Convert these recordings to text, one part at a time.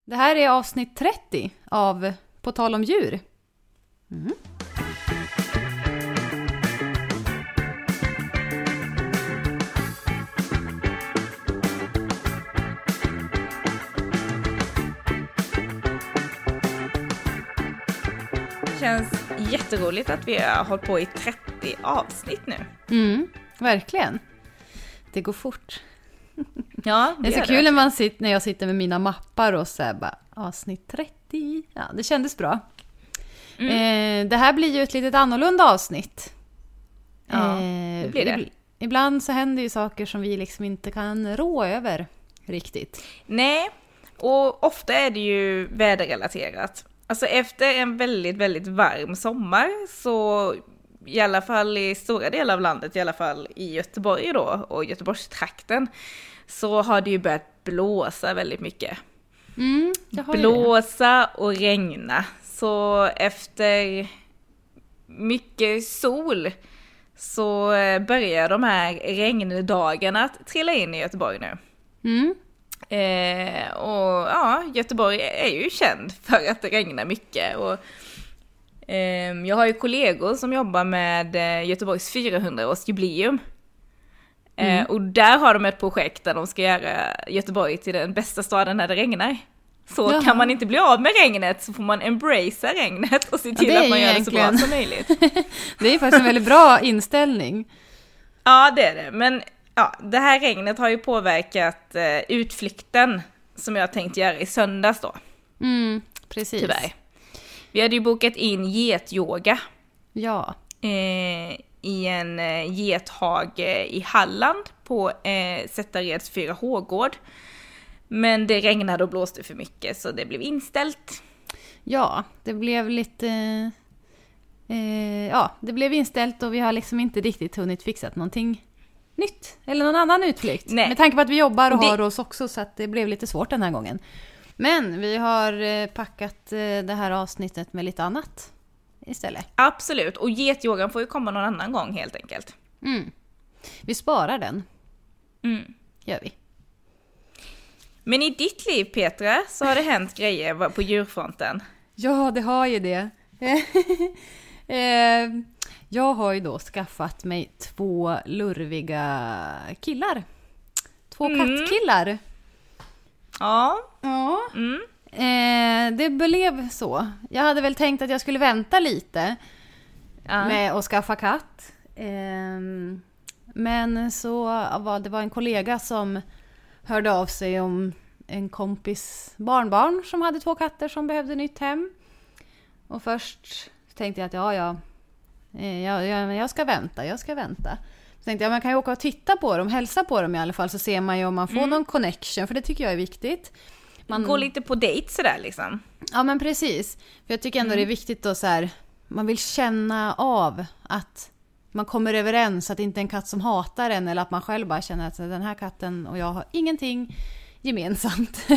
Det här är avsnitt 30 av På tal om djur. Mm. Det känns jätteroligt att vi har hållit på i 30 avsnitt nu. Verkligen. Det går fort. Ja, det är så kul när jag sitter med mina mappar och så här bara, avsnitt 30. Ja, det kändes bra. Det här blir ju ett litet annorlunda avsnitt. Ja, det blir det. Ibland så händer ju saker som vi liksom inte kan rå över riktigt. Nej, och ofta är det ju väderrelaterat. Alltså efter en väldigt, väldigt varm sommar så i alla fall i stora delar av landet, i alla fall i Göteborg då och Göteborgstrakten, så har det ju börjat blåsa väldigt mycket. Blåsa och regna. Så efter mycket sol så börjar de här regndagarna att trilla in i Göteborg nu. Och ja, Göteborg är ju känd för att det regnar mycket. Och jag har ju kollegor som jobbar med Göteborgs 400-årsjubileum. Och där har de ett projekt där de ska göra Göteborg till den bästa staden när det regnar. Så kan man inte bli av med regnet så får man embracea regnet och se till att man gör det så bra som möjligt. Det är faktiskt en väldigt bra inställning. Ja, det är det. Men ja, det här regnet har ju påverkat utflykten som jag tänkt göra i söndags då. Precis. Tyvärr. Vi hade ju bokat in getyoga. Ja. I en gethage i Halland på Sättareds 4H-gård. Men det regnade och blåste för mycket så det blev inställt. Ja, det blev lite... det blev inställt och vi har liksom inte riktigt hunnit fixat någonting nytt. Eller någon annan utflykt. Nej. Med tanke på att vi jobbar och har oss också så att det blev lite svårt den här gången. Men vi har packat det här avsnittet med lite annat istället. Absolut, och getyogan får ju komma någon annan gång helt enkelt. Vi sparar den. Gör vi. Men i ditt liv, Petra, så har det hänt grejer på djurfronten. Ja, det har ju det. Jag har ju då skaffat mig 2 lurviga killar. 2 kattkillar. Ja. Det blev så. Jag hade väl tänkt att jag skulle vänta lite med att skaffa katt. Men så det var en kollega som hörde av sig om en kompis barnbarn som hade 2 katter som behövde nytt hem. Och först tänkte jag att jag ska vänta. Så tänkte jag man kan ju åka och titta på dem, hälsa på dem i alla fall så ser man ju om man får någon connection, för det tycker jag är viktigt. Man går lite på dejt sådär liksom. Ja, men precis. För jag tycker ändå det är viktigt då så här, man vill känna av att man kommer överens, att det inte är en katt som hatar en eller att man själv bara känner att den här katten och jag har ingenting gemensamt.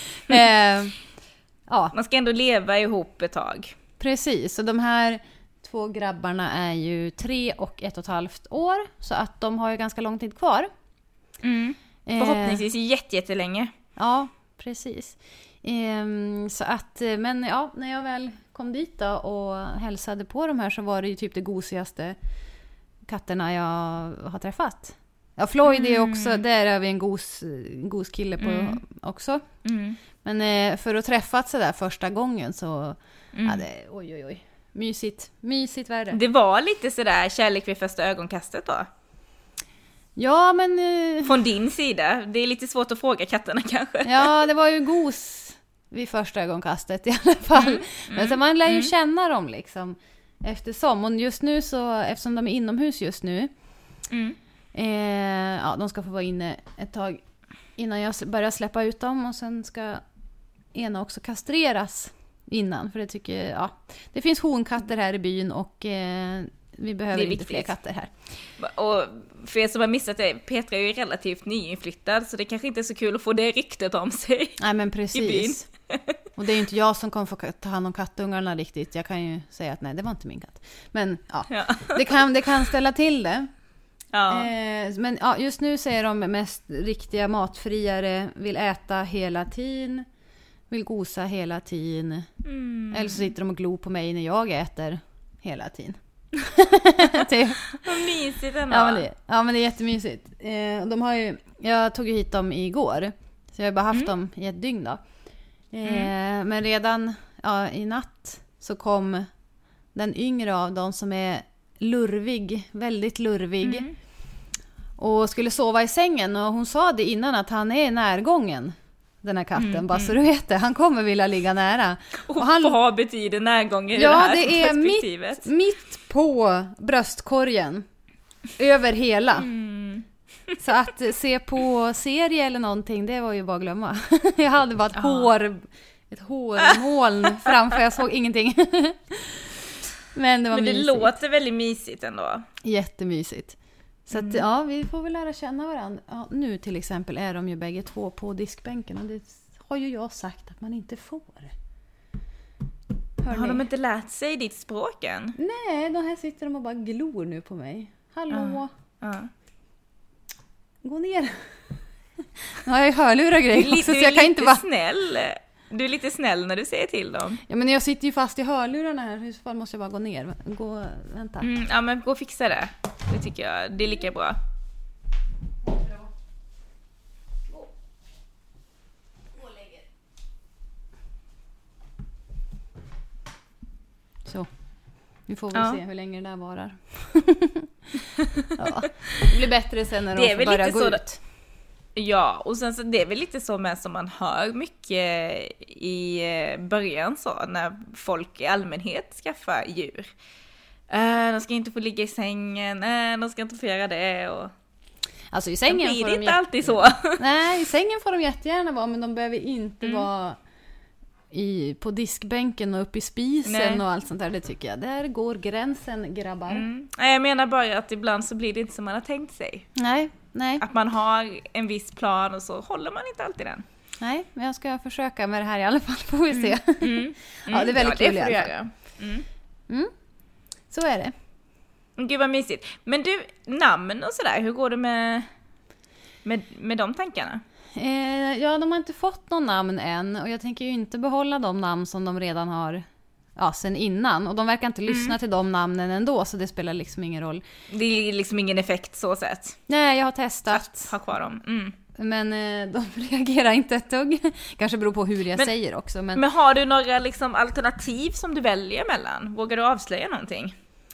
Man ska ändå leva ihop ett tag. Precis, och de här 2 grabbarna är ju 3 och 1,5 år, så att de har ju ganska lång tid kvar. Förhoppningsvis jättelänge. Ja, precis. Så att, men ja, när jag väl kom dit då och hälsade på de här så var det ju typ det gosigaste katterna jag har träffat. Ja, Floyd är också, där är vi en gos kille på också. Men för att träffas så där första gången så oj. Mysigt värre. Det var lite sådär kärlek vid första ögonkastet då. Ja, men... Från din sida. Det är lite svårt att fråga katterna kanske. Ja, det var ju gos vid första ögonkastet i alla fall. Men så man lär ju känna dem liksom eftersom. Och just nu så, eftersom de är inomhus just nu. De ska få vara inne ett tag innan jag börjar släppa ut dem. Och sen ska ena också kastreras innan. För det tycker jag, det finns honkatter här i byn och... vi behöver inte fler katter här. Och för er som har missat det, Petra är ju relativt nyinflyttad så det kanske inte är så kul att få det ryktet om sig. Nej, men precis. Och det är ju inte jag som kommer få ta hand om kattungarna riktigt. Jag kan ju säga att nej, det var inte min katt. Men det kan ställa till det. Ja. Men just nu så är de mest riktiga matfriare, vill äta hela tiden. vill gosa hela tiden. Eller så sitter de och glor på mig när jag äter hela tiden. Vad mysigt ändå. Ja, men det är jättemysigt. Jag tog ju hit dem igår. Så jag har bara haft dem i ett dygn då. Men redan i natt så kom den yngre av dem som är lurvig, väldigt lurvig. Och skulle sova i sängen. Och hon sa det innan att han är närgången, den här katten. Bara så du vet det, han kommer vilja ligga nära. Och vad betyder närgången i det här perspektivet? Det är mitt på bröstkorgen. Över hela. Så att se på serie eller någonting, det var ju bara att glömma. Jag hade bara ett hårmoln framför, jag såg ingenting. Men det var mysigt. Låter väldigt mysigt ändå. Jättemysigt. Så att, vi får väl lära känna varandra. Ja, nu till exempel är de ju bägge två på diskbänken. Och det har ju jag sagt att man inte får. Har de inte lärt sig ditt språk än? Nej, de här sitter de och bara glor nu på mig. Hallå? Gå ner. Nu har jag ju hörlurar och grejer också, så jag kan inte snäll. Du är lite snäll när du säger till dem. Ja, men jag sitter ju fast i hörlurarna här. I så fall måste jag bara gå ner. Vänta. Ja, men gå och fixa det. Det tycker jag. Det är lika bra. Så. Vi får väl se hur länge det där varar. Det blir bättre sen när de får börja gå ut. Ja, och sen så det är väl lite så med som man hör mycket i början så när folk i allmänhet skaffar djur. De ska inte få ligga i sängen, de ska inte få göra det. Och alltså i sängen blir får det de inte alltid så. Nej, i sängen får de jättegärna vara, men de behöver inte vara på diskbänken och upp i spisen och allt sånt där, det tycker jag. Där går gränsen, grabbar. Jag menar bara att ibland så blir det inte som man har tänkt sig. Nej. Att man har en viss plan och så håller man inte alltid den. Nej, men jag ska försöka med det här i alla fall, får vi se. Ja, det är väldigt kul i alla fall. Så är det. Gud vad mysigt. Men du, namn och sådär, hur går det med de tankarna? De har inte fått någon namn än, och jag tänker ju inte behålla de namn som de redan har sen innan, och de verkar inte lyssna till de namnen ändå, så det spelar liksom ingen roll. Det är liksom ingen effekt så sett. Nej, jag har testat att ha kvar dem. Men de reagerar inte ett dugg. Kanske beror på hur jag säger också. Men har du några liksom alternativ som du väljer mellan? Vågar du avslöja någonting?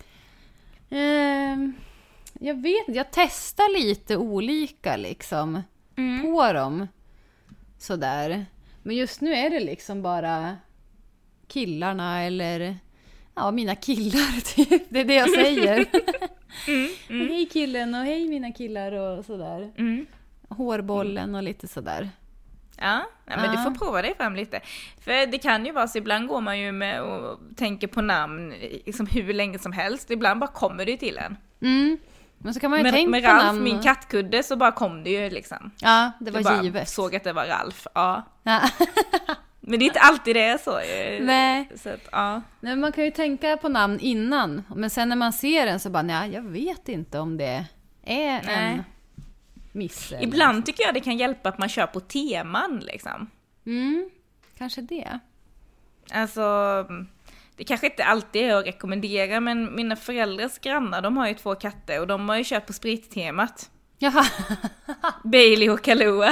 Jag vet, jag testar lite olika liksom på dem. Sådär. Men just nu är det liksom bara killarna eller mina killar typ. Det är det jag säger. Hej killen och hej mina killar och sådär. Hårbollen och lite sådär. Ja, men du får prova dig fram lite. För det kan ju vara så, ibland går man ju med och tänker på namn liksom hur länge som helst. Ibland bara kommer det till en. Men så kan man ju tänka med på Ralf, namn. min kattkudde, så bara kom det ju liksom. Ja, det var jag givet. Såg att det var Ralf, Men det är inte alltid det är så. Nej. Så att, Nej, man kan ju tänka på namn innan. Men sen när man ser den så bara, nej, jag vet inte om det är en miss. Ibland tycker jag det kan hjälpa att man kör på teman liksom. Kanske det. Alltså, det kanske inte alltid är att rekommendera, men mina föräldrars grannar, de har ju 2 katter och de har ju kört på sprittemat. Jaha. Bailey och Kahlua.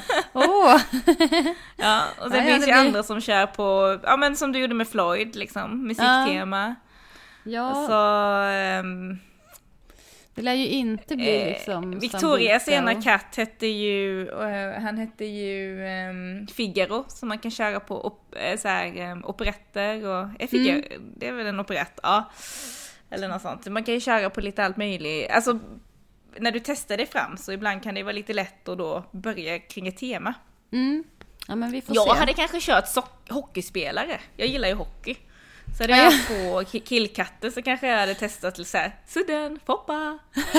Ja, och sen finns ju andra som kör på, men som du gjorde med Floyd liksom, musiktema. Ja. Så det lär ju inte bli liksom Victorias ena katt hette ju Figaro, som man kan köra på operetter och Figaro, det är väl en operett, eller något sånt. Man kan ju köra på lite allt möjligt. Alltså när du testar det fram så ibland kan det vara lite lätt att då börja kring ett tema. Ja, men vi får jag se. hade kanske kört hockeyspelare. Jag gillar ju hockey. Så hade jag haft på killkatter så kanske jag hade testat till såhär Sudden, Foppa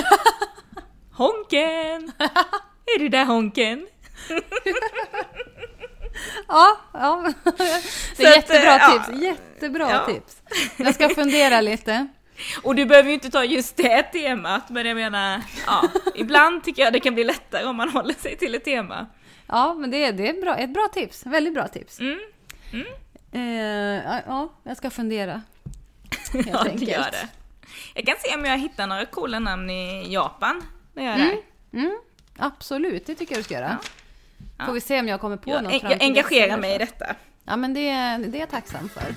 Honken. Är du där, Honken? Ja. Det är jättebra tips. Jättebra tips. Jag ska fundera lite. Och du behöver ju inte ta just det temat, men jag menar, ibland tycker jag det kan bli lättare om man håller sig till ett tema. Ja, men det är ett bra tips. Väldigt bra tips. Ja, jag ska fundera. Ja, det gör det. Jag kan se om jag hittar några coola namn i Japan. Det gör det. Absolut, det tycker jag du ska göra. Ja. Får vi se om jag kommer på något. Jag engagerar mig i detta. Ja, men det är jag tacksam för.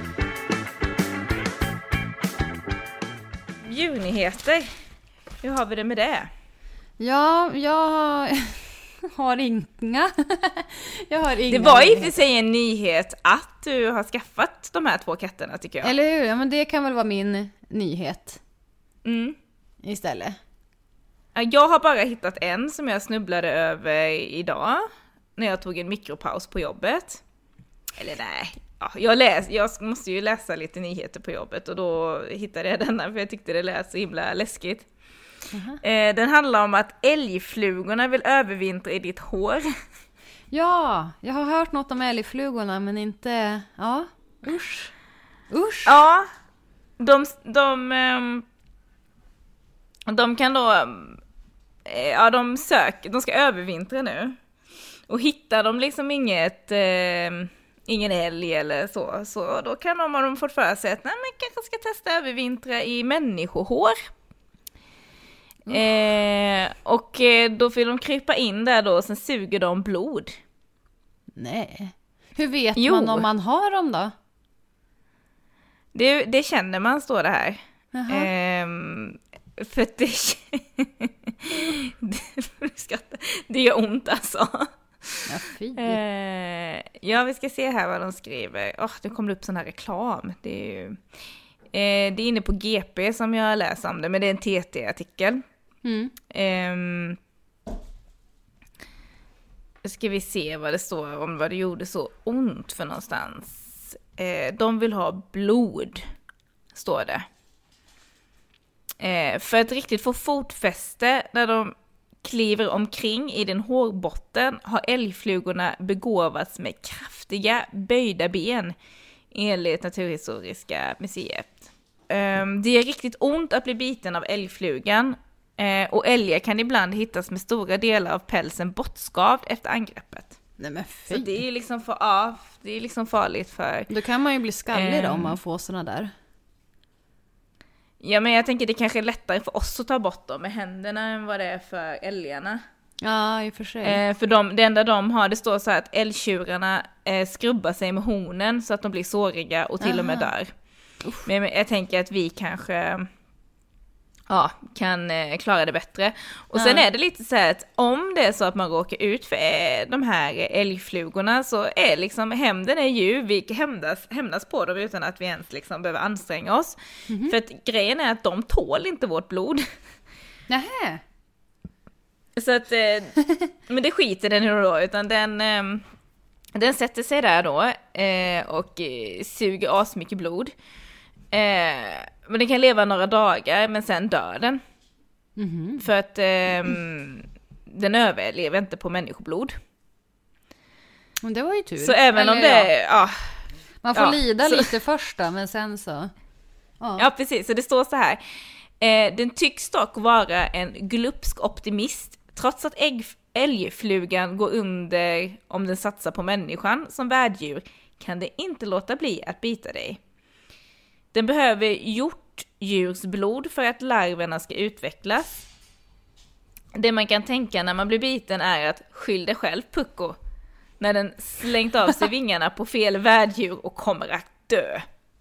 Djurnyheter. Hur har vi det med det? Ja, jag har inga. Det var i och för sig en nyhet att du har skaffat de här 2 katterna, tycker jag. Eller hur? Ja, men det kan väl vara min nyhet. Istället. Jag har bara hittat en som jag snubblade över idag. När jag tog en mikropaus på jobbet. Eller nej. Ja, jag måste ju läsa lite nyheter på jobbet. Och då hittade jag denna för jag tyckte det lät så himla läskigt. Den handlar om att älgflugorna vill övervintra i ditt hår. Ja, jag har hört något om älgflugorna men inte... Ja, usch. Ja, de kan då... Ja, de ska övervintra nu. Och hittar de liksom ingen älg eller så då kan de, har de fått för sig att nej, men kanske ska testa övervintra i människohår. Och då vill de krypa in där då och sen suger de blod. Nej. Hur vet man om man har dem då? Det känner man, står det här. För att det gör ont alltså. Ja, fy. Ja, vi ska se här vad de skriver. Det kommer upp sån här reklam. Det är inne på GP som jag läser om det, men det är en TT-artikel. Ska vi se vad det står om vad det gjorde så ont för någonstans. De vill ha blod, står det. För att riktigt få fotfäste när de kliver omkring i den hårbotten har älgflugorna begåvats med kraftiga böjda ben enligt Naturhistoriska museet. Det är riktigt ont att bli biten av älgflugan och älgar kan ibland hittas med stora delar av pälsen bortskavd efter angreppet. Nej, men fy. Så det är liksom farligt för... Då kan man ju bli skallig då om man får såna där. Ja, men jag tänker det kanske är lättare för oss att ta bort dem med händerna än vad det är för älgarna. Ja, i och för sig. För det enda de har, det står så här att älgtjurarna skrubbar sig med hornen så att de blir såriga och till och med dör. Men jag tänker att vi kanske kan klara det bättre. Och sen är det lite så här att om det är så att man råkar ut för de här älgflugorna så är liksom hämnden är ju, vi hämnas på dem utan att vi ens liksom behöver anstränga oss. För att grejen är att de tål inte vårt blod. Nähä. Så att, men det skiter den ju då, utan den sätter sig där då och suger asmycket blod. Men den kan leva några dagar, men sen dör den. För att den överlever inte på människoblod. Men det var ju tur. Så även om det... Man får lida lite först då, men sen så... Ja, precis. Så det står så här. Den tycks dock vara en glupsk optimist, trots att älgflugan går under om den satsar på människan som värddjur kan det inte låta bli att bita dig. Den behöver hjortdjursblod för att larverna ska utvecklas. Det man kan tänka när man blir biten är att skyll dig själv, pucko, när den slängt av sig vingarna på fel värddjur och kommer att dö.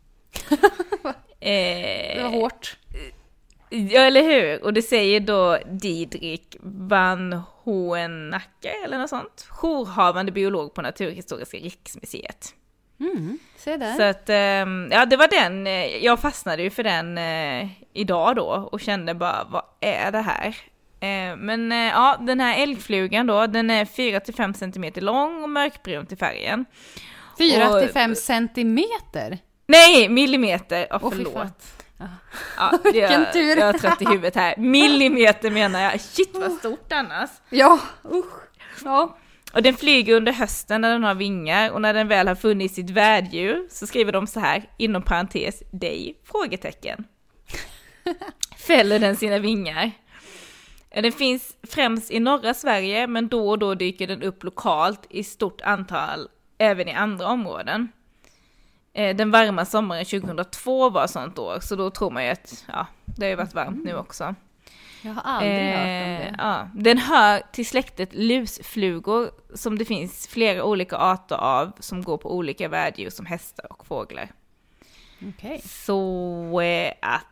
Det var hårt. Ja, eller hur? Och det säger då Didrik van Hoenacke eller något sånt. Jourhavande biolog på Naturhistoriska riksmuseet. Se där. Så att, det var den. Jag fastnade ju för den idag då och kände bara, vad är det här? Men den här älgflugan då, den är 4-5 centimeter lång och mörkbrun till färgen. 4-5 centimeter? Nej, millimeter. Förlåt. Vilken tur. Jag är trött i huvudet här. Millimeter menar jag. Shit, vad stort annars. Ja, ja. Och den flyger under hösten när den har vingar. Och när den väl har funnit sitt värddjur så skriver de så här, inom parentes, dig, frågetecken. Fäller den sina vingar. Den finns främst i norra Sverige, men då och då dyker den upp lokalt i stort antal även i andra områden. Den varma sommaren 2002 var sånt år, så då tror man ju att det har ju varit varmt nu också. Jag har aldrig hört om det. Ja. Den hör till släktet lusflugor som det finns flera olika arter av som går på olika värddjur som hästar och fåglar. Okej. Så att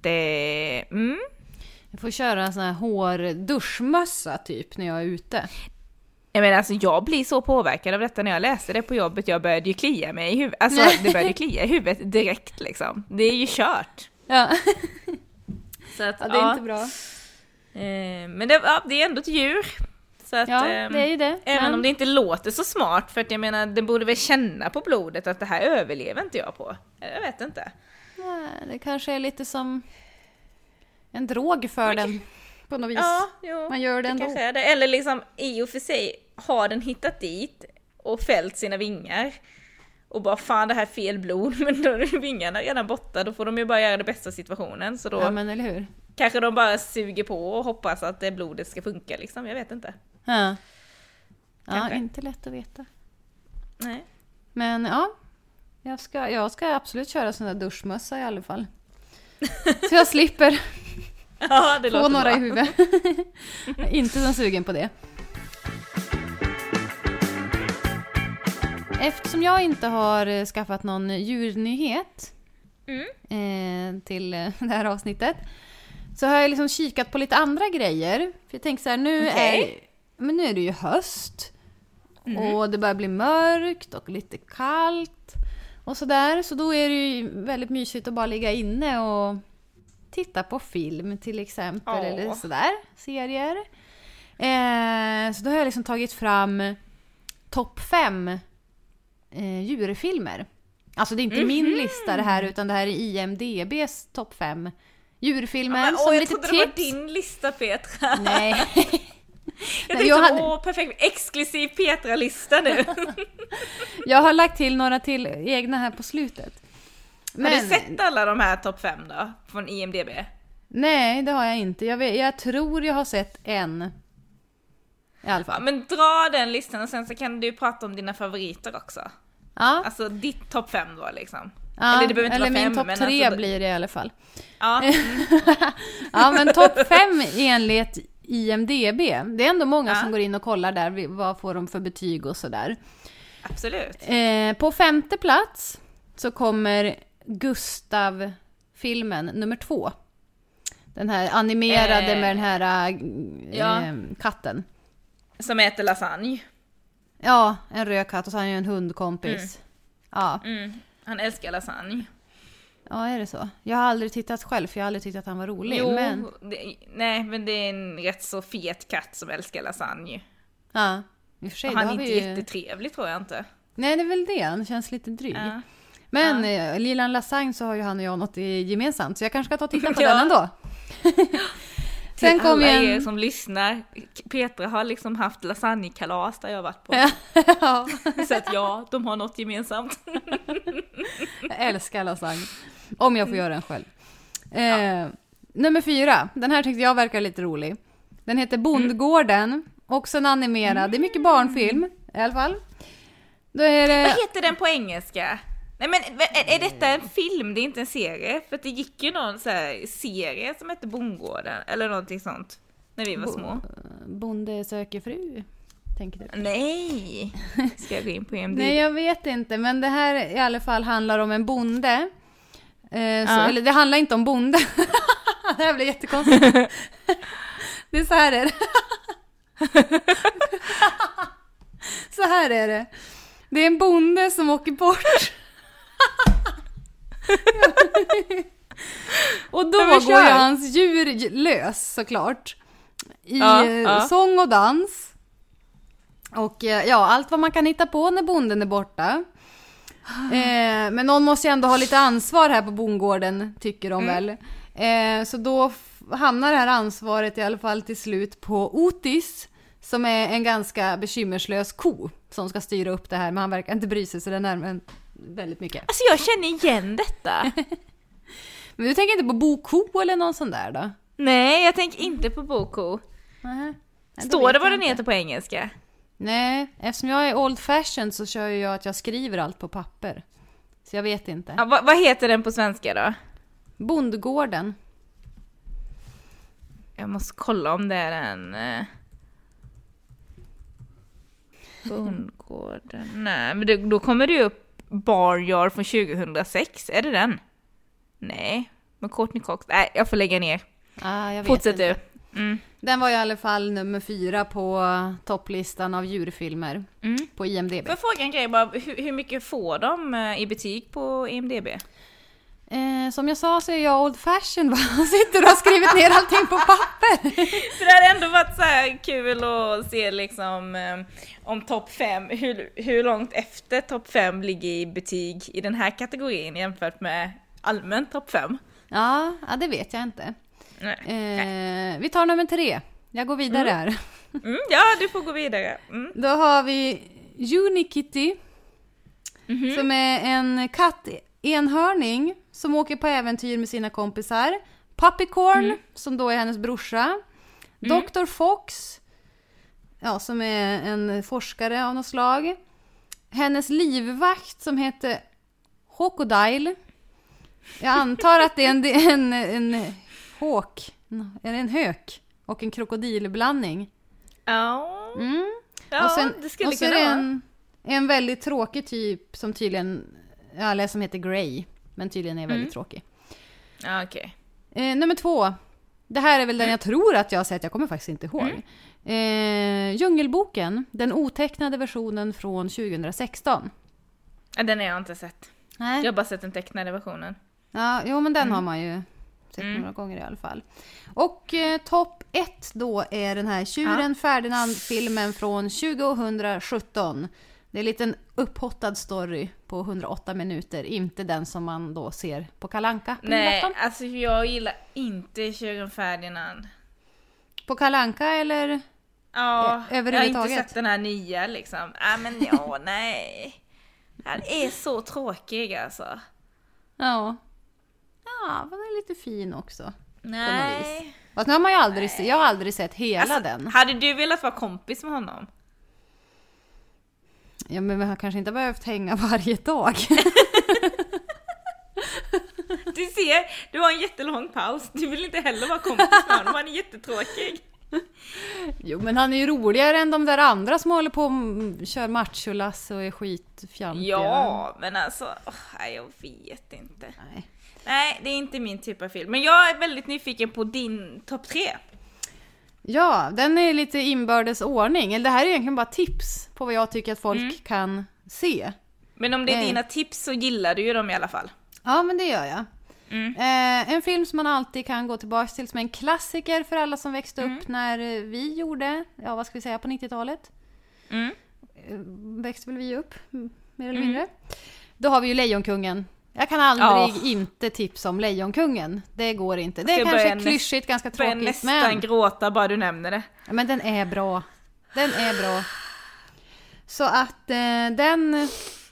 Jag får köra en sån här duschmössa typ när jag är ute. Jag blir så påverkad av detta när jag läste det på jobbet. Jag började ju klia mig i huvudet. Alltså det började klia i huvudet direkt liksom. Det är ju kört. Ja. Så att, det är inte bra. Men det är ändå ett djur. Så att, det är ju det. Även om det inte låter så smart. För att jag menar, det borde väl känna på blodet att det här överlever inte jag på. Jag vet inte. Nej, det kanske är lite som en drog för den. På något vis. Ja, jo, man gör det ändå. Kanske är det. Eller liksom i och för sig har den hittat dit och fällt sina vingar. Och bara fan det här är fel blod. Men då är vingarna redan borta. Då får de ju bara göra det bästa situationen. Så då ja, men eller hur? Kanske de bara suger på och hoppas att det blodet ska funka liksom. Jag vet inte. Ja, Kanske. inte lätt att veta. Nej. Men ja, jag ska absolut köra sån där duschmössa i alla fall. Så jag slipper det få några i huvudet. Jag är inte så sugen på det. Eftersom jag inte har skaffat någon djurnyhet till det här avsnittet, så har jag liksom kikat på lite andra grejer. För jag tänker så här, nu är det ju höst. Och det börjar bli mörkt och lite kallt. Och sådär. Så då är det ju väldigt mysigt att bara ligga inne och titta på film till exempel. Eller sådär, serier. Så då har jag liksom tagit fram topp 5 djurfilmer. Alltså det är inte min lista det här, utan det här är IMDBs topp 5 djurfilmer. Som jag lite trodde tips. Det var din lista, Petra. Nej. Jag tänkte, perfekt, exklusiv Petra-lista nu. Jag har lagt till några till egna här på slutet. Men... Har du sett alla de här topp 5 då? Från IMDB? Nej, det har jag inte. Jag tror jag har sett en. I alla fall. Ja, men dra den listan och sen så kan du prata om dina favoriter också. Ja. Alltså ditt topp 5 då liksom. Ja, eller det behöver inte vara 5, min topp 3 alltså... blir det i alla fall. Ja. Ja, men topp 5 enligt IMDB. Det är ändå många som går in och kollar där. Vad får de för betyg och sådär. Absolut. På 5:e plats så kommer Gustav-filmen nummer 2. Den här animerade med den här katten. Som äter lasagne. Ja, en röd katt och så har han ju en hundkompis. Ja. Han älskar lasagne. Ja, är det så? Jag har aldrig tittat själv, för jag har aldrig tyckt att han var rolig. Jo, men... men det är en rätt så fet katt som älskar lasagne. Ja, i och för sig. Och han är inte jättetrevlig, tror jag inte. Nej, det är väl det. Han känns lite dryg. Ja. Men Lilan Lasagne, så har ju han och jag något gemensamt. Så jag kanske ska ta och titta på den ändå. Sen kom alla er som lyssnar. Petra har liksom haft lasagnekalas där jag har varit på. Ja. Så att de har något gemensamt. Jag älskar lasagne. Om jag får göra den själv. Nummer 4. Den här tyckte jag verkar lite rolig. Den heter Bondgården. Också en animerad. Det är mycket barnfilm i alla fall. Då är det... Vad heter den på engelska? Nej, men är detta en film? Det är inte en serie. För att det gick ju någon så här serie som hette Bondgården. Eller någonting sånt. När vi var små. Bonde söker fru. Tänker du? Nej. Ska jag gå in på IMDb? Nej, jag vet inte. Men det här i alla fall handlar om en bonde. Eller det handlar inte om bonde. Det här blir jättekonstigt. Det är så här är det. Så här är det. Det är en bonde som åker bort. Och då går ju hans djur lös, såklart. I sång och dans. Och allt vad man kan hitta på när bonden är borta. Men någon måste ju ändå ha lite ansvar här på bondgården, tycker de väl. Så då hamnar det här ansvaret i alla fall till slut på Otis, som är en ganska bekymmerslös ko som ska styra upp det här. Men han verkar inte bry sig så det närmar väldigt mycket. Alltså jag känner igen detta. Men du tänker inte på Boko eller någon sån där då? Nej, jag tänker inte på Boko. Står det vad den heter på engelska? Nej, eftersom jag är old fashioned så kör jag att jag skriver allt på papper. Så jag vet inte. Ja, vad heter den på svenska då? Bondgården. Jag måste kolla om det är en... Bondgården. Nej, men då kommer det upp Barnyard från 2006. Är det den? Nej, med Courtney Cox. Nej, jag får lägga ner. Jag vet Fortsätt inte. du. Den var i alla fall nummer 4 på topplistan av djurfilmer på IMDb. Får jag fråga en grej bara, hur mycket får de i betyg på IMDb? Som jag sa så är jag old fashioned. Han sitter och har skrivit ner allting på papper. För det hade ändå varit så här kul att se liksom om topp 5, hur långt efter topp 5 ligger i betyg i den här kategorin jämfört med allmän topp 5. Ja, det vet jag inte. Nej. Vi tar nummer 3. Jag går vidare här. Ja, du får gå vidare. Då har vi Unikitty. Som är en kattenhörning som åker på äventyr med sina kompisar. Puppycorn, som då är hennes brorsa. Dr. Fox, som är en forskare av något slag. Hennes livvakt som heter Crocodile. Jag antar att det är en håk, eller en hök och en krokodilblandning. Ja, Och sen, det skulle och så kunna är det vara. en väldigt tråkig typ som tydligen, eller som heter Grey, men tydligen är väldigt tråkig. Ja, okej. Nummer 2. Det här är väl den jag tror att jag har sett, jag kommer faktiskt inte ihåg. Djungelboken, den otecknade versionen från 2016. Ja, den har jag inte sett. Nej. Jag har bara sett den tecknade versionen. Ja, jo men den har man ju sett några gånger i alla fall. Och topp 1 då är den här Tjuren Ferdinand-filmen från 2017. Det är en liten upphottad story på 108 minuter. Inte den som man då ser på Kalle Anka på Nej, julafton. alltså jag gillar inte Tjuren Ferdinand. På Kalle Anka eller Ja, jag har överhuvudtaget? inte sett den här nya liksom. Nej. Den är så tråkig alltså. Ja. Ja, den är lite fin också. Nej. Fast nu har man ju jag har aldrig sett hela den. Hade du velat vara kompis med honom? Ja, men vi har kanske inte behövt hänga varje dag. Du ser, du har en jättelång paus. Du vill inte heller vara kompis med honom. Han är jättetråkig. Jo, men han är ju roligare än de där andra som håller på och kör macholass och är skitfjantiga. Ja, men alltså, jag vet inte. Nej. Nej, det är inte min typ av film. Men jag är väldigt nyfiken på din topp 3. Ja, den är lite inbördes ordning. Eller det här är egentligen bara tips på vad jag tycker att folk kan se. Men om det är dina tips så gillar du ju dem i alla fall. Ja, men det gör jag. En film som man alltid kan gå tillbaka till, som är en klassiker för alla som växte upp när vi gjorde, vad ska vi säga, på 90-talet. Växte väl vi upp, mer eller mindre. Då har vi ju Lejonkungen. Jag kan aldrig inte tipsa om Lejonkungen. Det går inte. Det är kanske klyschigt, ganska tråkigt. Jag nästan gråta bara du nämner det. Ja, men den är bra. Den är bra. Så att den...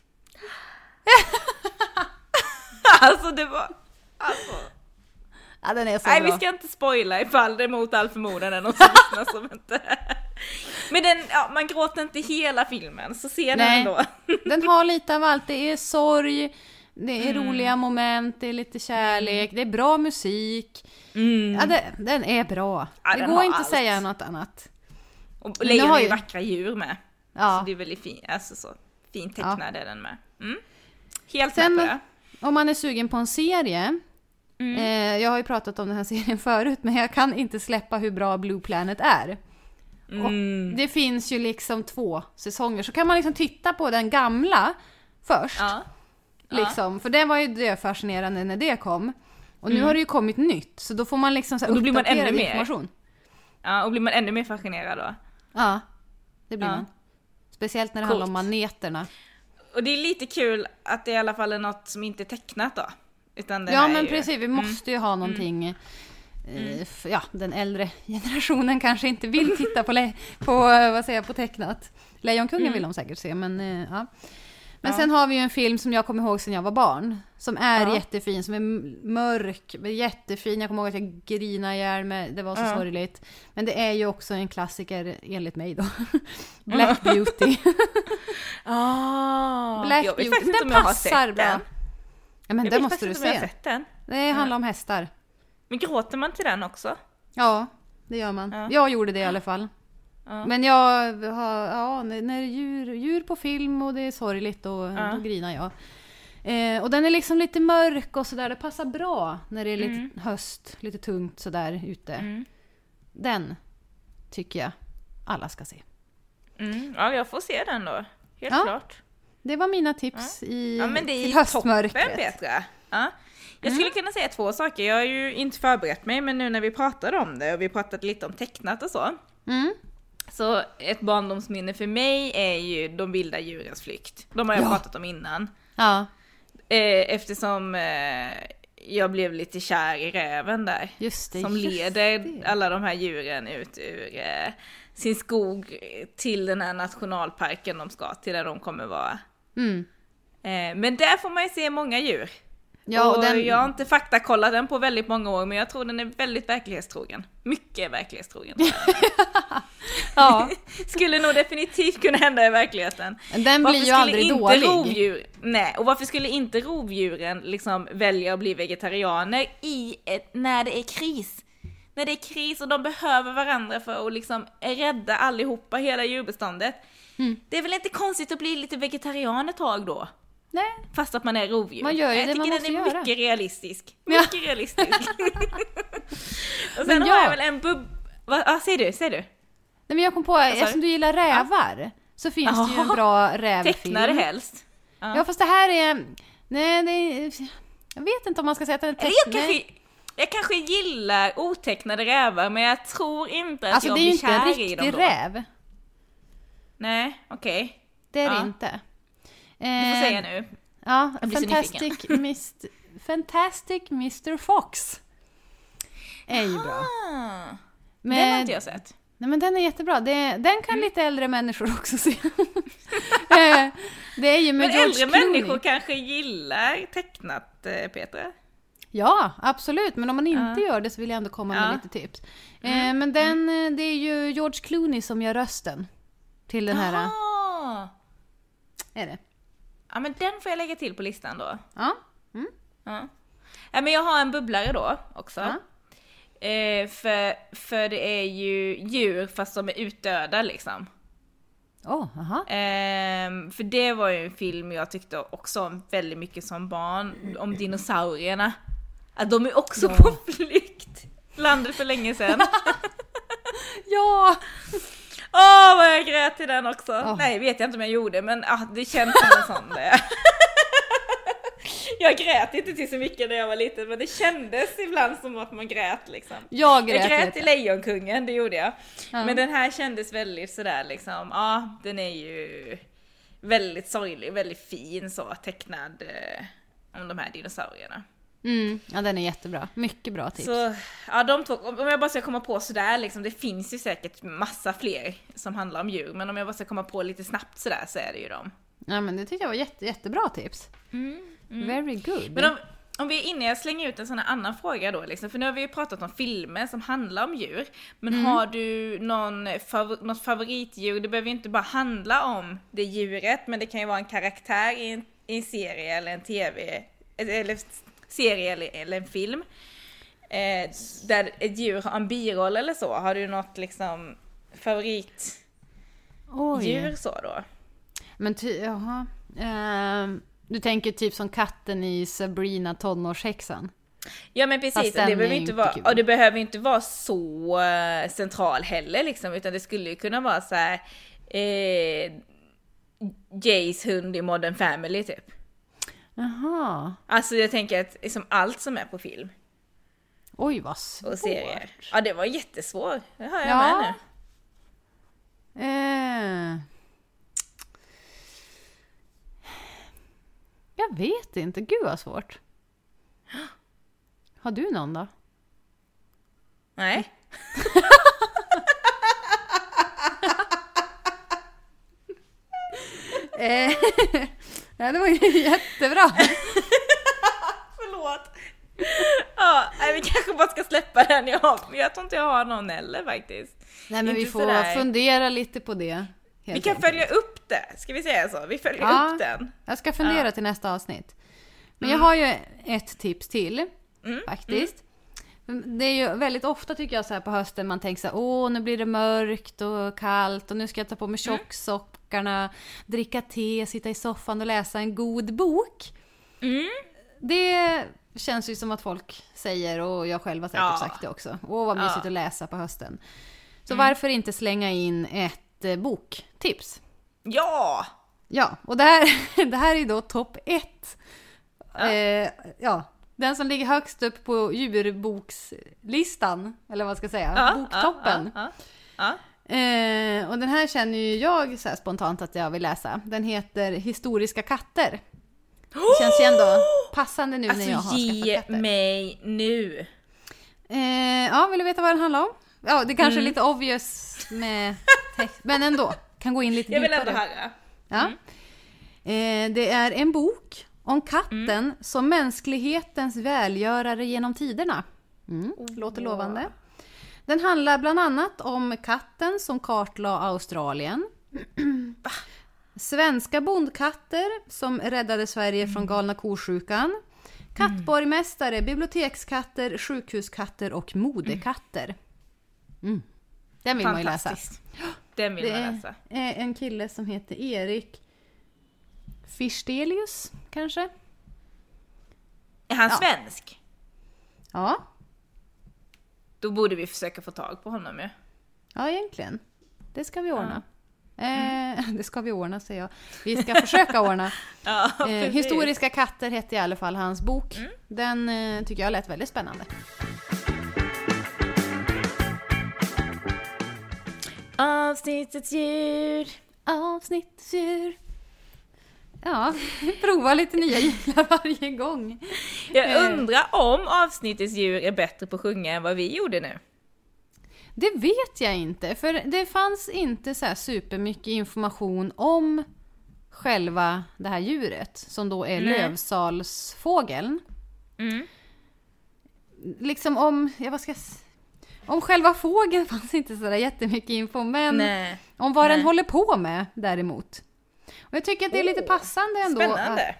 Alltså det var... Ja, den är så Nej, bra. vi ska inte spoila ifall det är mot all förmodan är någon som lyssnar som inte... Men man gråter inte hela filmen, så ser den ändå. Den har lite av allt. Det är sorg, det är roliga moment, det är lite kärlek, det är bra musik. Ja, den är bra. Ja, det går inte att säga något annat. Och lejon är ju vackra djur med. Ja. Så det är väldigt fint, alltså så fint tecknad är den med. Helt Sen, med på det. Om man är sugen på en serie, jag har ju pratat om den här serien förut, men jag kan inte släppa hur bra Blue Planet är. Och det finns ju liksom 2 säsonger, så kan man liksom titta på den gamla först. Liksom, för det var ju döfascinerande när det kom. Och nu har det ju kommit nytt, så då får man liksom så här, och då blir man ännu mer information. Ja, och blir man ännu mer fascinerad då. Ja, det blir man. Speciellt när det handlar om maneterna. Och det är lite kul att det i alla fall är något som inte är tecknat då. Utan det ja, här men är ju... precis, vi måste ju ha någonting. Den äldre generationen kanske inte vill titta på tecknat. Lejonkungen vill de säkert se, men ja. Men sen har vi ju en film som jag kommer ihåg sedan jag var barn. Som är jättefin, som är mörk, jättefin. Jag kommer ihåg att jag grinade ihjäl med, det var så sorgligt. Men det är ju också en klassiker enligt mig då. Black Beauty. Black Beauty, den passar bra. Den. Ja, men jag det måste du se. Jag har sett den. Det handlar om hästar. Men gråter man till den också? Ja, det gör man. Ja. Jag gjorde det i alla fall. Ja. Men jag har, när djur på film och det är sorgligt då grinar jag. Och den är liksom lite mörk och sådär. Det passar bra när det är lite höst, lite tungt sådär ute. Den tycker jag alla ska se. Ja, jag får se den då. Helt klart. Det var mina tips men det är till höstmörkret. Toppen, Petra. Ja. Jag skulle kunna säga 2 saker. Jag har ju inte förberett mig, men nu när vi pratade om det och vi pratade lite om tecknat och så. Så ett barndomsminne för mig är ju De vilda djurens flykt. De har jag pratat om innan. Ja. Eftersom jag blev lite kär i räven där. Just det, som leder alla de här djuren ut ur sin skog till den här nationalparken de ska till, där de kommer vara. Men där får man ju se många djur. Ja, och jag har inte faktakollat den på väldigt många år, men jag tror den är väldigt verklighetstrogen. Mycket verklighetstrogen. Ja. Skulle nog definitivt kunna hända i verkligheten. Den blir ju aldrig dålig. Och varför skulle inte rovdjuren liksom välja att bli vegetarianer när det är kris? När det är kris och de behöver varandra för att liksom rädda allihopa, hela djurbeståndet. Det är väl inte konstigt att bli lite vegetarian ett tag då? Nej. Fast att man är rovdjur. Man gör ju jag det man måste den är göra. Mycket realistisk. Mycket realistisk. Och sen har jag väl en säg du. Nej, men jag kom på, eftersom du gillar rävar, så finns det ju en bra rävfilm. Tecknare helst. Ja, fast det här är... Nej, jag vet inte om man ska säga att den är tecknad. Jag kanske gillar otecknade rävar, men jag tror inte att jag blir kär i dem. Alltså det är ju inte en riktig räv. Nej, okej. Det är det inte. Du får säga nu. Ja, Fantastic Mr. Fox är ju bra. Men, den har inte jag sett. Nej, men den är jättebra. Den kan lite äldre människor också se. Det är ju med men George äldre Clooney. människor kanske gillar tecknat, Petra. Ja, absolut. Men om man inte gör det så vill jag ändå komma med lite tips. Men det är ju George Clooney som gör rösten till den här. Är det? Ja, men den får jag lägga till på listan då. Ja. Ja, men jag har en bubblare då också. För det är ju djur fast de är utdöda liksom. För det var ju en film jag tyckte också om väldigt mycket som barn. Om dinosaurierna. Att de är också på flykt. Landade för länge sedan. Ja! Vad jag grät till den också. Nej, vet jag inte om jag gjorde, men det känns som en sån där. Jag grät inte till så mycket när jag var liten, men det kändes ibland som att man grät liksom. Jag grät i Lejonkungen, det gjorde jag. Men den här kändes väldigt sådär liksom, den är ju väldigt sorglig, väldigt fin så tecknad om de här dinosaurierna. Ja, den är jättebra. Mycket bra tips. Så, de två, om jag bara ska komma på sådär liksom, det finns ju säkert massa fler som handlar om djur, men om jag bara ska komma på lite snabbt sådär så är det ju dem. Ja, men det tycker jag var jättebra tips. Very good. Men om vi är inne, jag slänger ut en sån här annan fråga då liksom, för nu har vi ju pratat om filmer som handlar om djur, men har du något favoritdjur? Det behöver ju inte bara handla om det djuret, men det kan ju vara en karaktär i en serie eller en tv eller serie eller en film där ett djur har en biroll eller så. Har du något liksom favoritdjur så då? Men du tänker typ som katten i Sabrina tonårshäxan. Ja, men precis, det behöver inte vara, och det behöver inte vara så central heller liksom, utan det skulle ju kunna vara så här Jays hund i Modern Family typ. Jaha. Alltså jag tänker att liksom allt som är på film. Oj, vad svårt. Och serier. Ja, det var jättesvårt. Det har jag med nu. Jag vet inte. Gud vad svårt. Har du någon då? Nej. Ja, det var ju jättebra. Förlåt. Ja, vi kanske bara ska släppa den jag har. Men jag tror inte jag har någon heller faktiskt. Nej, men inte vi får sådär. Fundera lite på det. Vi kan följa upp det, ska vi säga så? Vi följer upp den. Jag ska fundera till nästa avsnitt. Men jag har ju ett tips till, faktiskt. Det är ju väldigt ofta tycker jag så här på hösten man tänker så här, nu blir det mörkt och kallt och nu ska jag ta på mig tjocksockarna, dricka te, sitta i soffan och läsa en god bok. Det känns ju som att folk säger, och jag själv har säkert sagt det också. Vad mysigt att läsa på hösten. Så varför inte slänga in ett boktips? Ja! Ja, och det här är då topp 1. Den som ligger högst upp på djurbokslistan, eller vad ska jag säga, boktoppen. Och den här känner ju jag så här spontant att jag vill läsa. Den heter Historiska katter. Det känns ju ändå passande nu när jag har skaffat katter. Ge mig nu. Vill du veta vad den handlar om? Ja, det kanske är lite obvious med text, men ändå. Kan gå in lite djupare. Jag vill ändå höra. Ja. Det är en bok om katten som mänsklighetens välgörare genom tiderna. Låter lovande. Den handlar bland annat om katten som kartlade Australien. Svenska bondkatter som räddade Sverige från galna kosjukan. Kattborgmästare, bibliotekskatter, sjukhuskatter och modekatter. Den vill man ju läsa. Den vill man läsa. Det är en kille som heter Erik Fichtelius, kanske. Är han svensk? Ja. Då borde vi försöka få tag på honom ju. Ja, egentligen. Det ska vi ordna. Det ska vi ordna, säger jag. Vi ska försöka ordna. Historiska katter heter i alla fall hans bok. Den tycker jag lät väldigt spännande. Avsnittets djur. Ja, prova lite nya gillar varje gång. Jag undrar om avsnittets djur är bättre på att sjunga än vad vi gjorde nu. Det vet jag inte, för det fanns inte så här supermycket information om själva det här djuret, som då är lövsalsfågeln. Liksom om själva fågeln fanns inte så där jättemycket info, men om vad den håller på med däremot. Och jag tycker att det är lite passande ändå. Spännande.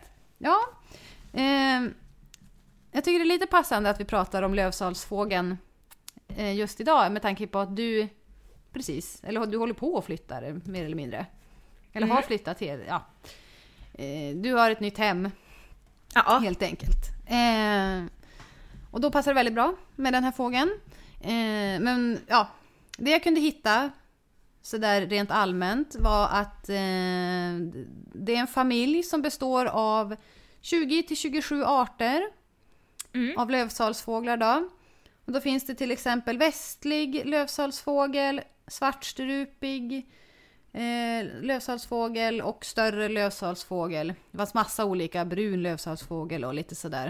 Jag tycker det är lite passande att vi pratar om lövsalsfågeln just idag, med tanke på att du håller på att flytta mer eller mindre. Eller har flyttat till, du har ett nytt hem. Helt enkelt. Och då passar det väldigt bra med den här fågeln. Men det jag kunde hitta så där rent allmänt var att det är en familj som består av 20-27 arter av lövsalsfåglar då. Och då finns det till exempel västlig lövsalsfågel, svartstrupig lövsalsfågel och större lövsalsfågel. Det fanns massa olika, brun lövsalsfågel och lite sådär.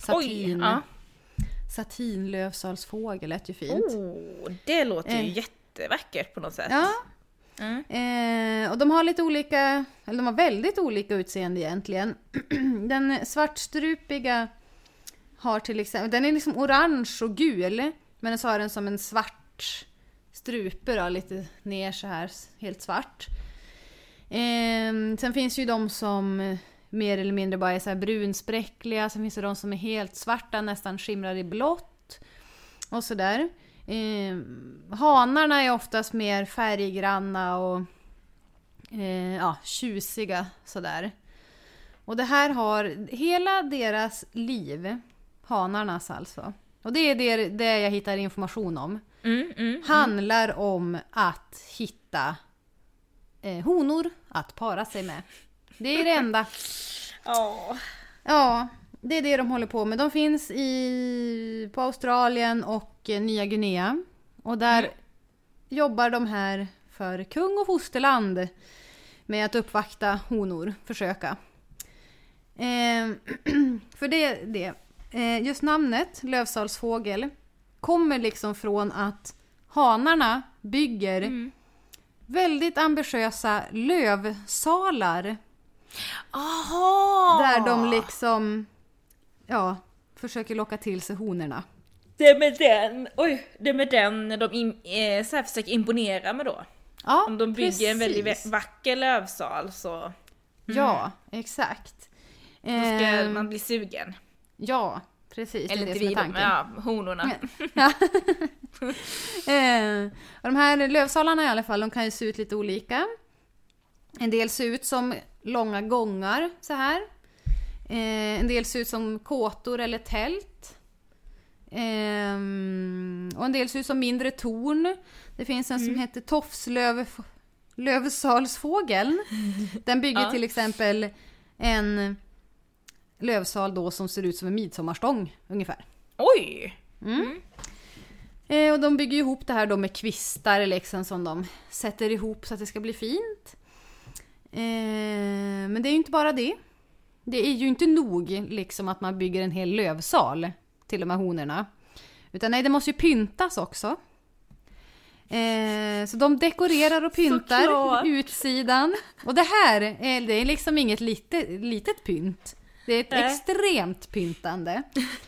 Satinlövsalsfågel lät ju fint. Det låter ju jättevackert på något sätt. Ja. Och de har lite olika, eller de har väldigt olika utseende egentligen. Den svartstrupiga har till exempel, den är liksom orange och gul, men så har den som en svart strupe då, lite ner så här, helt svart. Sen finns ju de som mer eller mindre bara är så här brunspräckliga. Sen finns det de som är helt svarta, nästan skimrar i blått och sådär. Hanarna är oftast mer färggranna och tjusiga sådär. Och det här har hela deras liv, hanarnas alltså. Och det är det jag hittar information om. Handlar om att hitta honor att para sig med. Det är det enda. Ja, det är det de håller på med. De finns på Australien och Nya Guinea. Och där jobbar de här för kung och fosterland med att uppvakta honor, försöka. För det just namnet lövsalsfågel kommer liksom från att hanarna bygger väldigt ambitiösa lövsalar Aha! Där de liksom, ja, försöker locka till sig honorna. Det är med den de så här försöker imponera med då. Ja, om de bygger precis. en väldigt vacker lövsal så... Ja, exakt. Då ska man bli sugen. Ja, precis. Eller det är inte det som är vid tanken. ja, honorna. Ja. Och de här lövsalarna i alla fall, de kan ju se ut lite olika. En del ser ut som långa gångar så här. En del ser ut som kåtor eller tält. Och en del ser ut som mindre torn. Det finns en som heter Lövsalsfågeln. Den bygger till exempel en lövsal då som ser ut som en midsommarstång ungefär. Oj! Och de bygger ihop det här då med kvistar liksom, som de sätter ihop så att det ska bli fint. Men det är ju inte bara det. Det är ju inte nog liksom att man bygger en hel lövsal till de här honorna. Utan nej, det måste ju pyntas också. Så de dekorerar och pyntar Såklart. utsidan. Och det här det är liksom inget litet pynt. Det är ett extremt pyntande.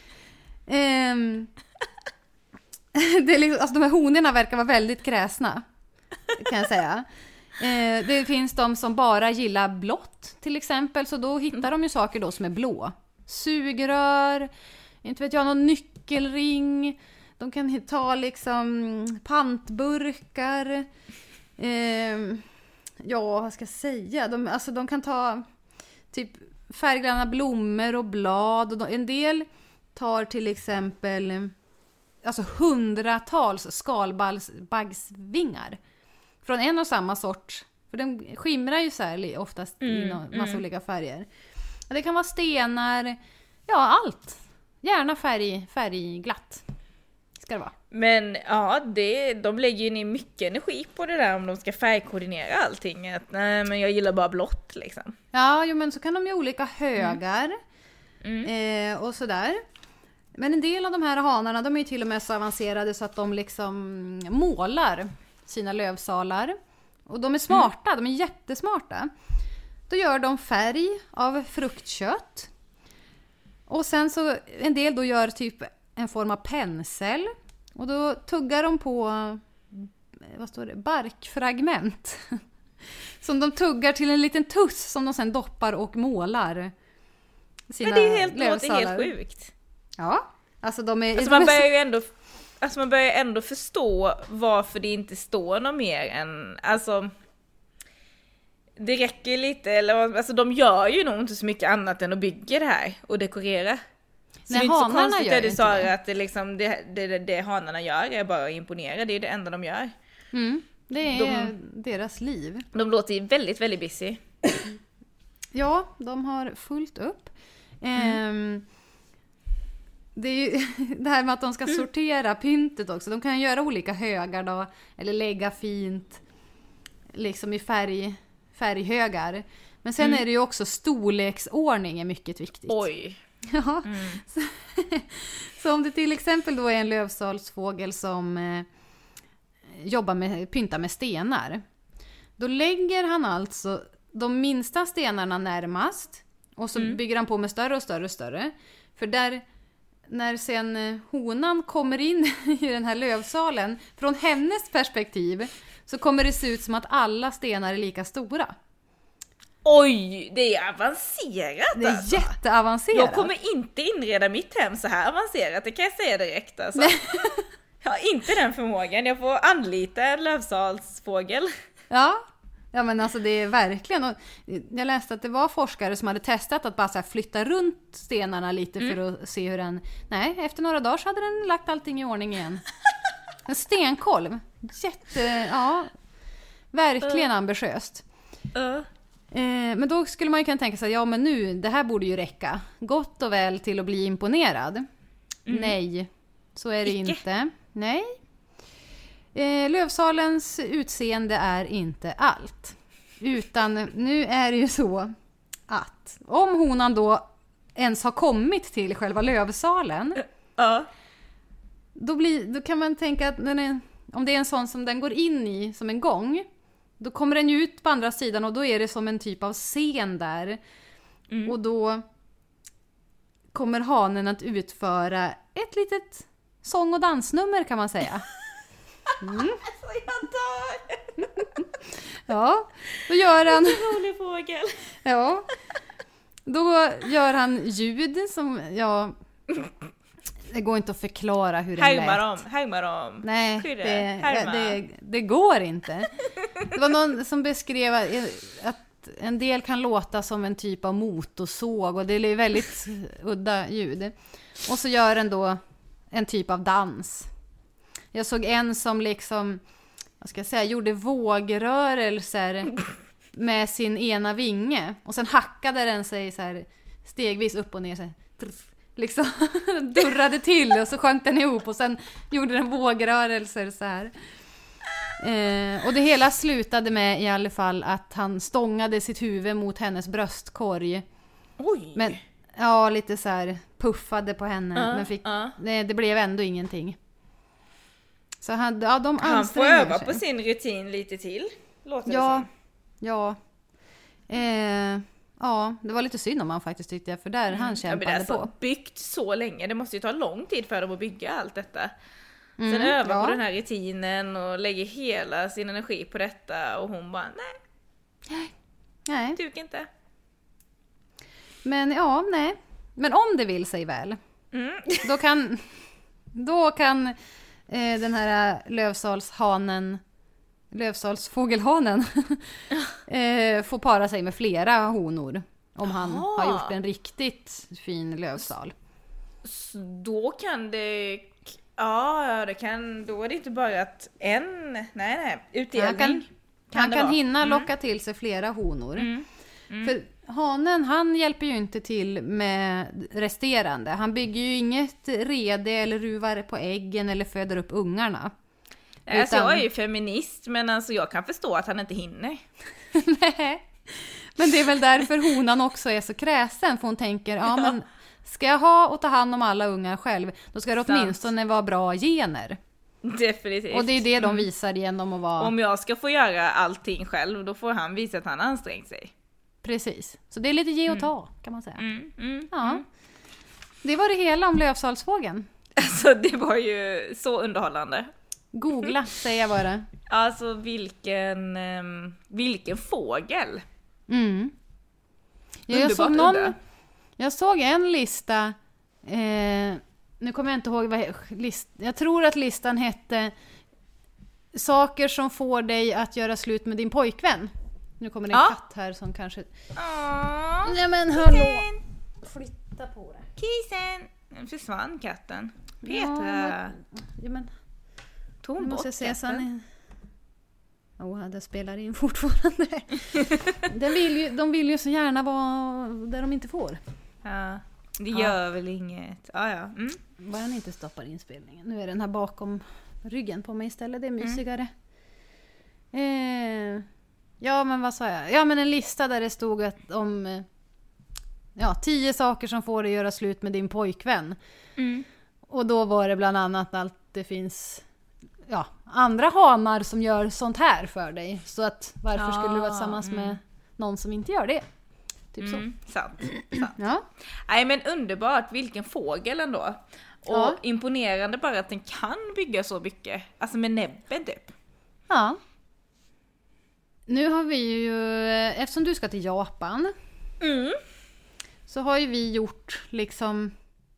Det är liksom, alltså de här honorna verkar vara väldigt kräsna, kan jag säga. Det finns de som bara gillar blått till exempel, så då hittar de ju saker då som är blå. Sugrör, inte vet jag, någon nyckelring. De kan ta liksom pantburkar. Ja, vad ska jag säga? De kan ta typ färggranna blommor och blad. Och en del tar till exempel alltså hundratals skalbaggsvingar från en och samma sort. För den skimrar ju så här oftast i massa olika färger. Det kan vara stenar, ja allt. Gärna färgglatt ska det vara. Men ja, de lägger ju ner mycket energi på det där om de ska färgkoordinera allting. Att, nej, men jag gillar bara blått liksom. Ja, jo, men så kan de ju olika högar och sådär. Men en del av de här hanarna, de är ju till och med så avancerade så att de liksom målar sina lövsalar. Och de är smarta, de är jättesmarta. Då gör de färg av fruktkött. Och sen så en del då gör typ en form av pensel. Och då tuggar de på, vad står det, barkfragment. Som de tuggar till en liten tuss som de sen doppar och målar sina Men det är lövsalar. låter helt sjukt. Ja, alltså de är... Alltså man börjar ju ändå förstå varför det inte står något mer än, alltså det räcker lite, eller alltså de gör ju nog inte så mycket annat än att bygga det här och dekorera. Så Nej, det är inte så hanarna konstigt gör att du inte sa det. att det liksom det hanarna gör är bara att imponera, det är det enda de gör. Det är deras liv. De låter ju väldigt, väldigt busy. Ja, de har fullt upp. Det är ju det här med att de ska sortera pyntet också. De kan göra olika högar då, eller lägga fint liksom i färghögar. Men sen är det ju också storleksordning är mycket viktigt. Oj. Ja. Så om det till exempel då är en lövsalsfågel som jobbar med pynta med stenar. Då lägger han alltså de minsta stenarna närmast och så bygger han på med större och större och större. För där, när sen honan kommer in i den här lövsalen, från hennes perspektiv så kommer det se ut som att alla stenar är lika stora. Oj, det är avancerat. Det är alltså. jätteavancerat. Jag kommer inte inreda mitt hem så här avancerat, det kan jag säga direkt alltså. Jag har inte den förmågan, jag får anlita en lövsalsfågel. Ja, men alltså det är verkligen... Och jag läste att det var forskare som hade testat att bara så här flytta runt stenarna lite för att se hur den... Nej, efter några dagar så hade den lagt allting i ordning igen. En stenkolv. Ja, verkligen ambitiöst. Men då skulle man ju kunna tänka sig, ja men nu, det här borde ju räcka. Gott och väl till att bli imponerad. Nej, så är det inte. Nej. Lövsalens utseende är inte allt. Utan nu är det ju så att om honan då ens har kommit till själva lövsalen, då kan man tänka att om det är en sån som den går in i som en gång, då kommer den ju ut på andra sidan och då är det som en typ av scen där. Och då kommer hanen att utföra ett litet sång- och dansnummer kan man säga. Så jag dör! Ja, då gör han... Rolig fågel. Ja, då gör han ljud som, det går inte att förklara hur den lät. Härmar om. Nej, Skydde, det går inte. Det var någon som beskrev att en del kan låta som en typ av motorsåg och det är väldigt udda ljud. Och så gör den då en typ av dans. Jag såg en som liksom, vad ska jag säga, gjorde vågrörelser med sin ena vinge. Och sen hackade den sig så här stegvis upp och ner. Så här, liksom durrade till och så sjönk den ihop. Och sen gjorde den vågrörelser så här. Och det hela slutade med i alla fall att han stångade sitt huvud mot hennes bröstkorg. Oj! Men, ja, lite så här puffade på henne. Men det blev ändå ingenting. Så han får öva på sin rutin lite till, låter det som. Ja. Ja, det var lite synd om han faktiskt tyckte jag, för där han kämpade på. Byggt så länge, det måste ju ta lång tid för dem att bygga allt detta. Sen öva på den här rutinen och lägger hela sin energi på detta och hon bara, nej. Duger inte. Men nej. Men om det vill sig väl, då kan den här lövsalsfågelhanen få para sig med flera honor om han har gjort en riktigt fin lövsal. Då kan det... då är det inte bara att utdelning. Han kan hinna locka till sig flera honor. För hanen, han hjälper ju inte till med resterande. Han bygger ju inget rede eller ruvar på äggen eller föder upp ungarna. Alltså, jag är ju feminist, men alltså jag kan förstå att han inte hinner. Nej, men det är väl därför honan också är så kräsen. För hon tänker, men ska jag ha och ta hand om alla ungar själv, då ska det åtminstone vara bra gener. Definitivt. Och det är det de visar genom att vara... Om jag ska få göra allting själv, då får han visa att han ansträngt sig. Precis. Så det är lite ge och ta, kan man säga. Det var det hela om lövsalsfågeln. Alltså, det var ju så underhållande. Googla, säger jag bara. Alltså, vilken fågel. Jag såg en lista, nu kommer jag inte ihåg jag tror att listan hette saker som får dig att göra slut med din pojkvän. Nu kommer det en katt här som kanske... Nej men hallå! Flytta på det. Kisen! Den försvann katten. Petra! Ja men... Tog bort katten. Det spelar in fortfarande. De vill ju så gärna vara där de inte får. Ja, det gör väl inget. Bara den inte stoppar inspelningen. Nu är den här bakom ryggen på mig istället. Det är mysigare. Ja, men vad sa jag? Ja, men en lista där det stod om 10 saker som får dig göra slut med din pojkvän. Och då var det bland annat att det finns andra hanar som gör sånt här för dig. Så att varför skulle du vara tillsammans med någon som inte gör det? Typ så. Sant. Ja. Nej, men underbart. Vilken fågel ändå. Och imponerande bara att den kan bygga så mycket. Alltså med näbben typ. Ja. Nu har vi ju, eftersom du ska till Japan, så har ju vi gjort liksom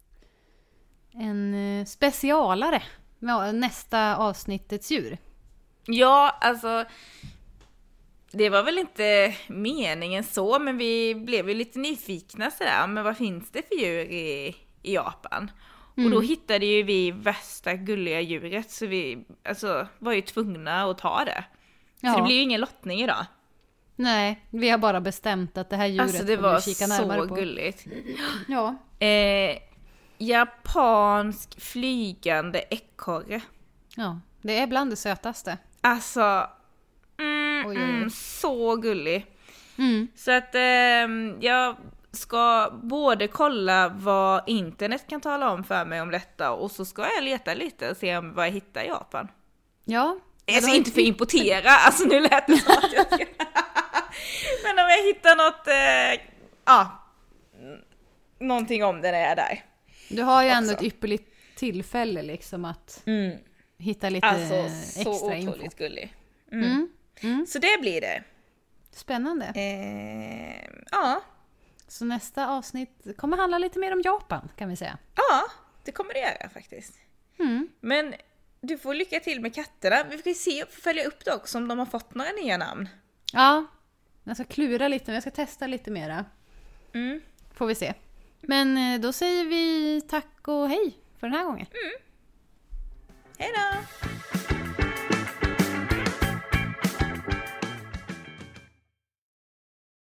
en specialare med nästa avsnittets djur. Ja, alltså det var väl inte meningen så, men vi blev ju lite nyfikna sådär. Men vad finns det för djur i Japan? Och då hittade ju vi värsta gulliga djuret, så vi var ju tvungna att ta det. Så det blir ju ingen lottning idag. Nej, vi har bara bestämt att det här djuret det får vi kika närmare på. Det var så gulligt. Ja. Japansk flygande ekorre. Ja, det är bland det sötaste. Alltså, så gullig. Så att jag ska både kolla vad internet kan tala om för mig om detta, och så ska jag leta lite och se vad jag hittar i Japan. Ja, Alltså inte för att importera, alltså nu lät det som att jag ska... Men om jag hittar något, någonting om det när jag är där. Du har ju också ändå ett ypperligt tillfälle liksom att hitta lite alltså, extra så info. otroligt gullig. Så det blir det. Spännande. Ja. Så nästa avsnitt kommer handla lite mer om Japan, kan vi säga. Ja, det kommer det göra faktiskt. Men du får lycka till med katterna. Vi får se och följa upp det också om de har fått några nya namn. Ja, jag ska klura lite, jag ska testa lite mera. Får vi se. Men då säger vi tack och hej för den här gången.